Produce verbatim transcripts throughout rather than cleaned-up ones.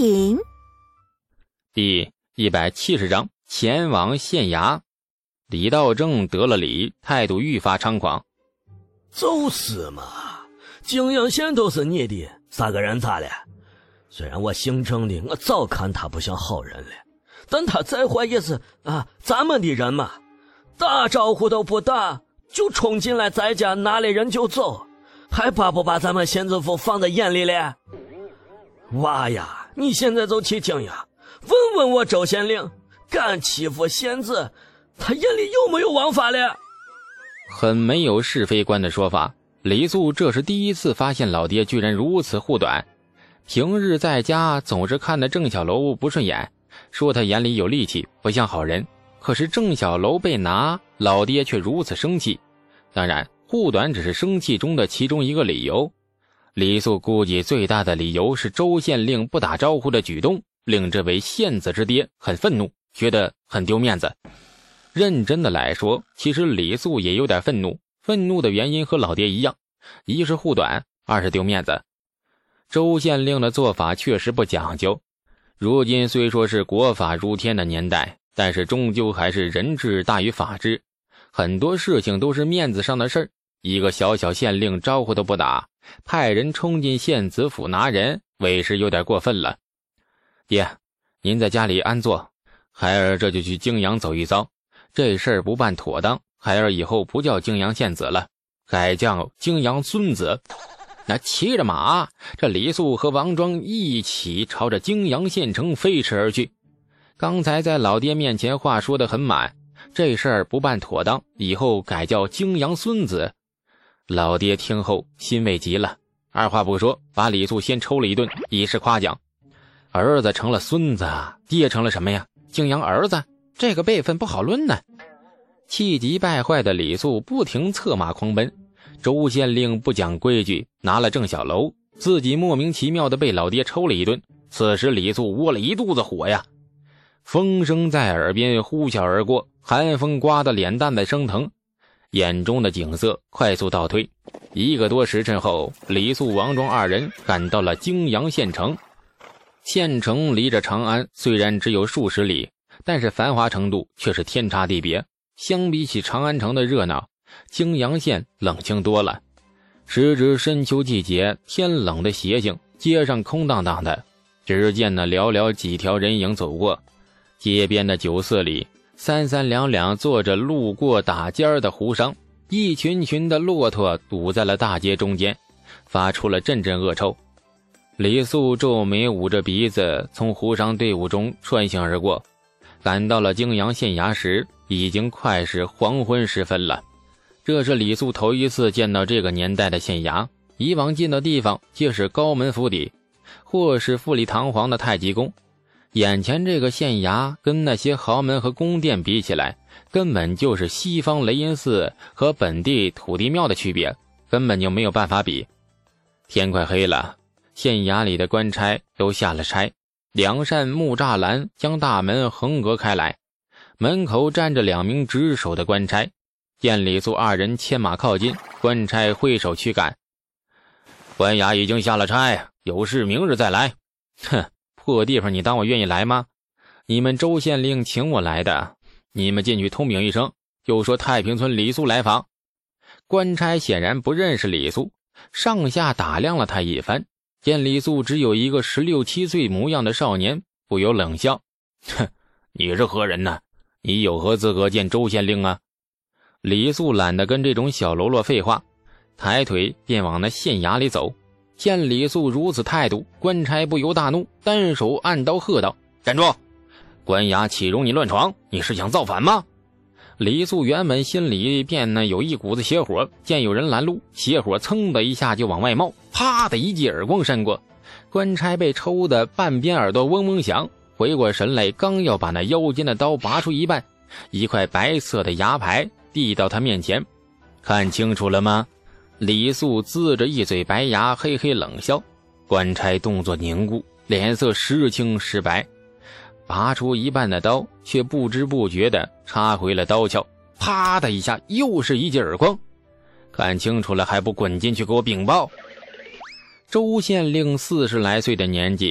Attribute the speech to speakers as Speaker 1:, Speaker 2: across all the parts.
Speaker 1: 品。
Speaker 2: 第一百七十章前往县衙。李道正得了理，态度愈发猖狂。
Speaker 3: 就是嘛，景阳县都是你的，啥个人咋了？虽然我姓郑的，我早看他不像好人了，但他再坏也是啊咱们的人嘛，打招呼都不打就冲进来咱家拿了人就走，还把不把咱们县政府放在眼里了？娃呀，你现在就去景阳问问我周县令，敢欺负县子，他眼里有没有王法了？
Speaker 2: 很没有是非观的说法。李素这是第一次发现老爹居然如此护短。平日在家总是看得郑小楼不顺眼，说他眼里有戾气，不像好人。可是郑小楼被拿，老爹却如此生气。当然，护短只是生气中的其中一个理由。李素估计最大的理由是周县令不打招呼的举动，令这位县子之爹很愤怒，觉得很丢面子。认真的来说，其实李素也有点愤怒，愤怒的原因和老爹一样，一是护短，二是丢面子。周县令的做法确实不讲究，如今虽说是国法如天的年代，但是终究还是人治大于法治，很多事情都是面子上的事儿。一个小小县令招呼都不打，派人冲进县子府拿人，委实有点过分了。爹，您在家里安坐，孩儿这就去泾阳走一遭。这事儿不办妥当，孩儿以后不叫泾阳县子了，改叫泾阳孙子。那骑着马，这李素和王庄一起朝着泾阳县城飞驰而去。刚才在老爹面前话说得很满，这事儿不办妥当，以后改叫泾阳孙子。老爹听后欣慰极了，二话不说把李素先抽了一顿，以示夸奖。儿子成了孙子，爹成了什么呀？泾阳儿子，这个辈分不好论呢。气急败坏的李素不停策马狂奔，周县令不讲规矩，拿了郑小楼，自己莫名其妙的被老爹抽了一顿。此时李素窝了一肚子火呀，风声在耳边呼啸而过，寒风刮得脸蛋在生疼，眼中的景色快速倒退。一个多时辰后，李素、王庄二人赶到了泾阳县城。县城离着长安虽然只有数十里，但是繁华程度却是天差地别。相比起长安城的热闹，泾阳县冷清多了。时值深秋季节，天冷的邪性，街上空荡荡的，只见那寥寥几条人影走过。街边的酒肆里，三三两两坐着路过打尖的胡商，一群群的骆驼堵在了大街中间，发出了阵阵恶臭。李素皱眉捂着鼻子从胡商队伍中穿行而过，赶到了泾阳县衙时，已经快是黄昏时分了。这是李素头一次见到这个年代的县衙，以往进的地方皆是高门府邸，或是富丽堂皇的太极宫。眼前这个县衙跟那些豪门和宫殿比起来，根本就是西方雷音寺和本地土地庙的区别，根本就没有办法比。天快黑了，县衙里的官差都下了差，两扇木栅栏将大门横隔开来，门口站着两名值守的官差。见李素二人牵马靠近，官差挥手驱赶。官衙已经下了差，有事明日再来。哼，破地方你当我愿意来吗？你们周县令请我来的，你们进去通禀一声，就说太平村李素来访。官差显然不认识李素，上下打量了他一番，见李素只有一个十六七岁模样的少年，不由冷笑。哼，你是何人呢？你有何资格见周县令啊？李素懒得跟这种小喽啰废话，抬腿便往那县衙里走。见李素如此态度，官差不由大怒，单手按刀喝道：站住！官衙岂容你乱闯？你是想造反吗？李素原本心里便呢有一股子邪火，见有人拦路，邪火噌的一下就往外冒，啪的一记耳光扇过，官差被抽的半边耳朵嗡嗡响，回过神来，刚要把那腰间的刀拔出一半，一块白色的牙牌递到他面前。看清楚了吗？李素呲着一嘴白牙，嘿嘿冷笑。官差动作凝固，脸色时青时白，拔出一半的刀，却不知不觉地插回了刀鞘，啪的一下又是一记耳光。看清楚了还不滚进去给我禀报？周县令四十来岁的年纪，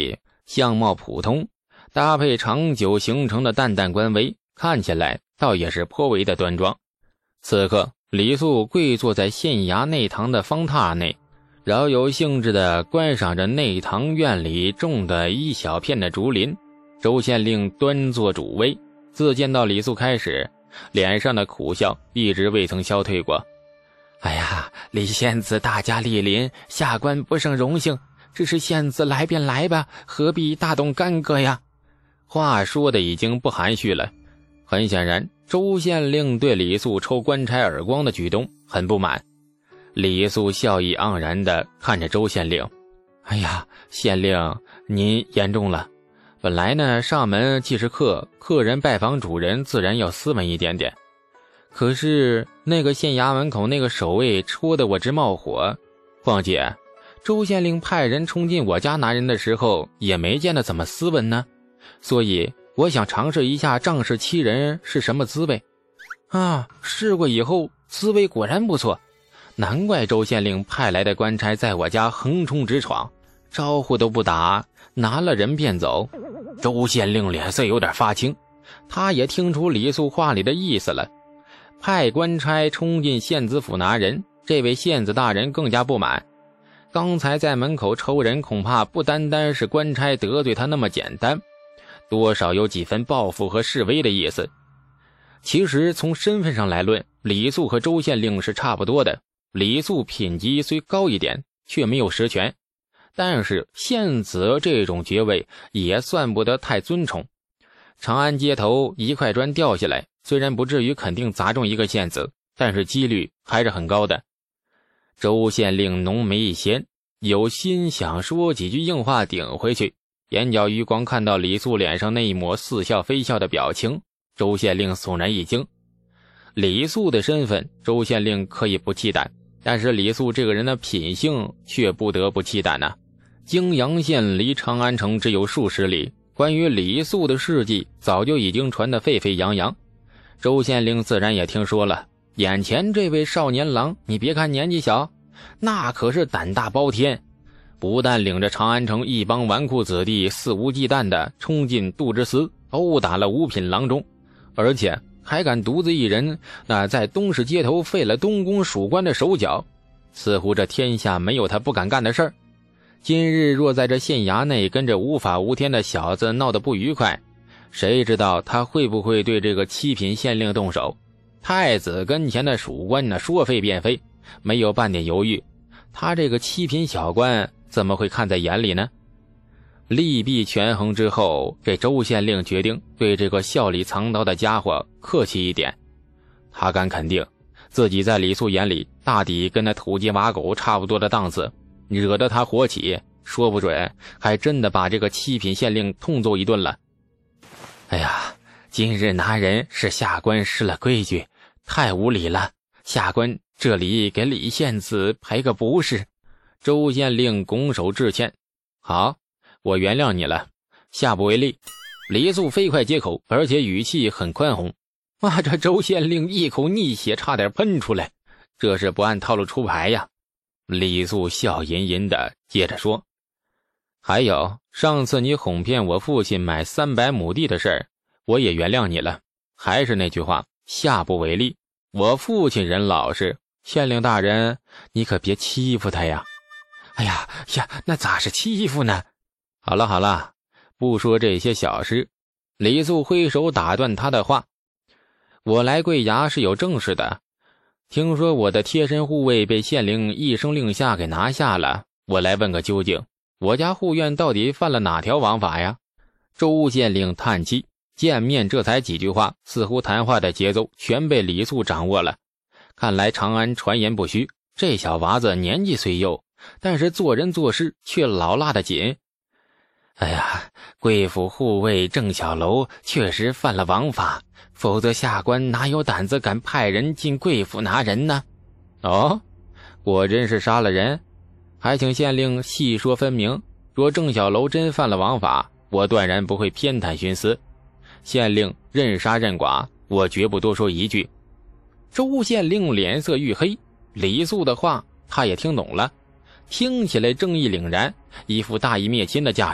Speaker 2: 相貌普通，搭配长久形成的淡淡官威，看起来倒也是颇为的端庄。此刻李素跪坐在县衙内堂的方榻内，饶有兴致地观赏着内堂院里种的一小片的竹林。周县令端坐主位，自见到李素开始，脸上的苦笑一直未曾消退过。哎呀，李县子大驾莅临，下官不胜荣幸，只是县子来便来吧，何必大动干戈呀？话说的已经不含蓄了。很显然，周县令对李素抽官差耳光的举动很不满。李素笑意盎然地看着周县令，哎呀，县令您言重了。本来呢，上门既是客，客人拜访主人自然要斯文一点点。可是那个县衙门口那个守卫戳得我直冒火。况且周县令派人冲进我家拿人的时候也没见得怎么斯文呢，所以我想尝试一下仗势欺人是什么滋味啊！试过以后滋味果然不错，难怪周县令派来的官差在我家横冲直闯，招呼都不打，拿了人便走。周县令脸色有点发青，他也听出李素话里的意思了。派官差冲进县子府拿人，这位县子大人更加不满。刚才在门口抽人，恐怕不单单是官差得罪他那么简单，多少有几分报复和示威的意思。其实从身份上来论，李素和周县令是差不多的。李素品级虽高一点，却没有实权，但是县子这种爵位也算不得太尊崇。长安街头一块砖掉下来，虽然不至于肯定砸中一个县子，但是几率还是很高的。周县令浓眉一掀，有心想说几句硬话顶回去，眼角余光看到李素脸上那一抹似笑非笑的表情，周县令悚然一惊。李素的身份周县令可以不忌惮，但是李素这个人的品性却不得不忌惮呐、啊。泾阳县离长安城只有数十里，关于李素的事迹早就已经传得沸沸扬扬。周县令自然也听说了，眼前这位少年郎，你别看年纪小，那可是胆大包天，不但领着长安城一帮纨绔子弟肆无忌惮地冲进杜之司，殴打了五品郎中，而且还敢独自一人那在东市街头废了东宫属官的手脚，似乎这天下没有他不敢干的事儿。今日若在这县衙内跟着无法无天的小子闹得不愉快，谁知道他会不会对这个七品县令动手？太子跟前的属官呢，说废便废，没有半点犹豫，他这个七品小官怎么会看在眼里呢？利弊权衡之后，这周县令决定对这个笑里藏刀的家伙客气一点。他敢肯定自己在李素眼里大抵跟那土鸡瓦狗差不多的档次，惹得他火起，说不准还真的把这个七品县令痛揍一顿了。哎呀，今日拿人是下官失了规矩，太无礼了，下官这里给李县子赔个不是。周县令拱手致歉。好，我原谅你了，下不为例。李素飞快接口，而且语气很宽宏。哇，这周县令一口逆血差点喷出来，这是不按套路出牌呀。李素笑吟吟的接着说，还有上次你哄骗我父亲买三百亩地的事儿，我也原谅你了。还是那句话，下不为例。我父亲人老实，县令大人你可别欺负他呀。哎呀呀，那咋是欺负呢？好了好了，不说这些小事。李素挥手打断他的话，我来贵衙是有正事的，听说我的贴身护卫被县令一声令下给拿下了，我来问个究竟，我家护院到底犯了哪条王法呀？周县令叹气，见面这才几句话，似乎谈话的节奏全被李素掌握了。看来长安传言不虚，这小娃子年纪虽幼，但是做人做事却老辣得紧。哎呀，贵府护卫郑小楼确实犯了王法，否则下官哪有胆子敢派人进贵府拿人呢？哦，果真是杀了人？还请县令细说分明。若郑小楼真犯了王法，我断然不会偏袒徇私。县令任杀任剐，我绝不多说一句。周县令脸色愈黑，李素的话他也听懂了，听起来正义凛然，一副大义灭亲的架势。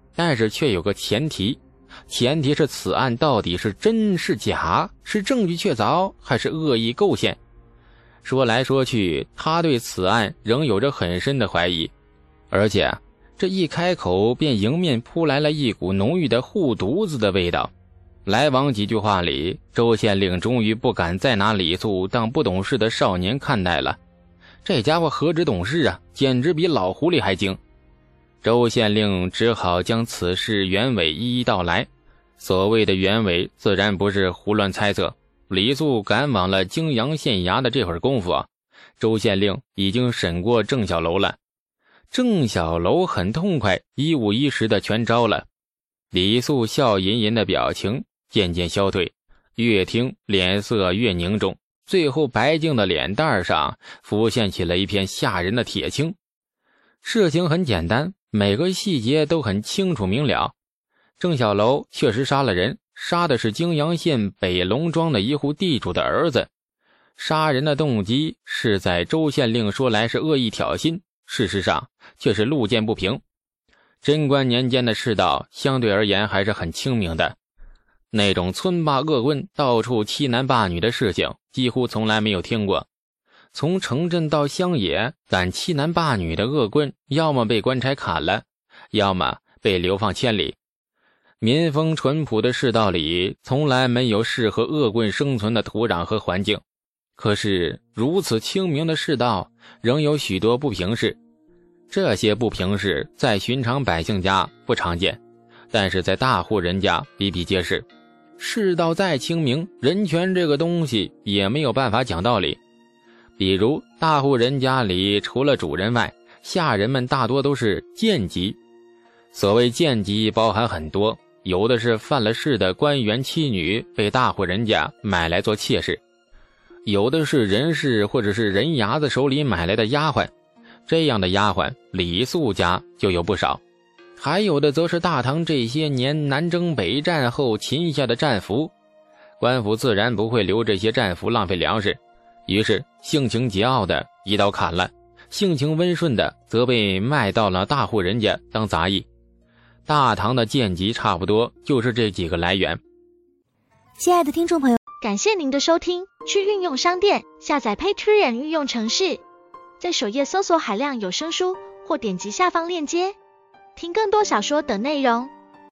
Speaker 2: 但是却有个前提，前提是此案到底是真是假，是证据确凿还是恶意构陷。说来说去，他对此案仍有着很深的怀疑，而且这一开口便迎面扑来了一股浓郁的护犊子的味道。来往几句话里，周县令终于不敢再拿李素当不懂事的少年看待了。这家伙何止懂事啊，简直比老狐狸还精。周县令只好将此事原委一一道来。所谓的原委自然不是胡乱猜测。李素赶往了泾阳县衙的这会儿功夫啊，周县令已经审过郑小楼了。郑小楼很痛快，一五一十的全招了。李素笑吟吟的表情渐渐消退，越听脸色越凝重，最后白净的脸蛋上浮现起了一片吓人的铁青。事情很简单，每个细节都很清楚明了。郑小楼确实杀了人，杀的是泾阳县北龙庄的一户地主的儿子。杀人的动机是在周县令说来是恶意挑衅，事实上却是路见不平。贞观年间的世道相对而言还是很清明的，那种村霸恶棍到处欺男霸女的事情几乎从来没有听过。从城镇到乡野，敢欺男霸女的恶棍要么被官差砍了，要么被流放千里。民风淳朴的世道里从来没有适合恶棍生存的土壤和环境，可是如此清明的世道仍有许多不平事。这些不平事在寻常百姓家不常见，但是在大户人家比比皆是。世道再清明，人权这个东西也没有办法讲道理。比如大户人家里除了主人外，下人们大多都是贱籍。所谓贱籍包含很多，有的是犯了事的官员妻女被大户人家买来做妾室，有的是人事或者是人牙子手里买来的丫鬟，这样的丫鬟李素家就有不少。还有的则是大唐这些年南征北战后擒下的战俘，官府自然不会留这些战俘浪费粮食，于是性情桀骜的一刀砍了，性情温顺的则被卖到了大户人家当杂役。大唐的贱籍差不多就是这几个来源。
Speaker 1: 亲爱的听众朋友，感谢您的收听，去运用商店下载 Patreon 运用程式，在首页搜索海量有声书，或点击下方链接听更多小说等内容。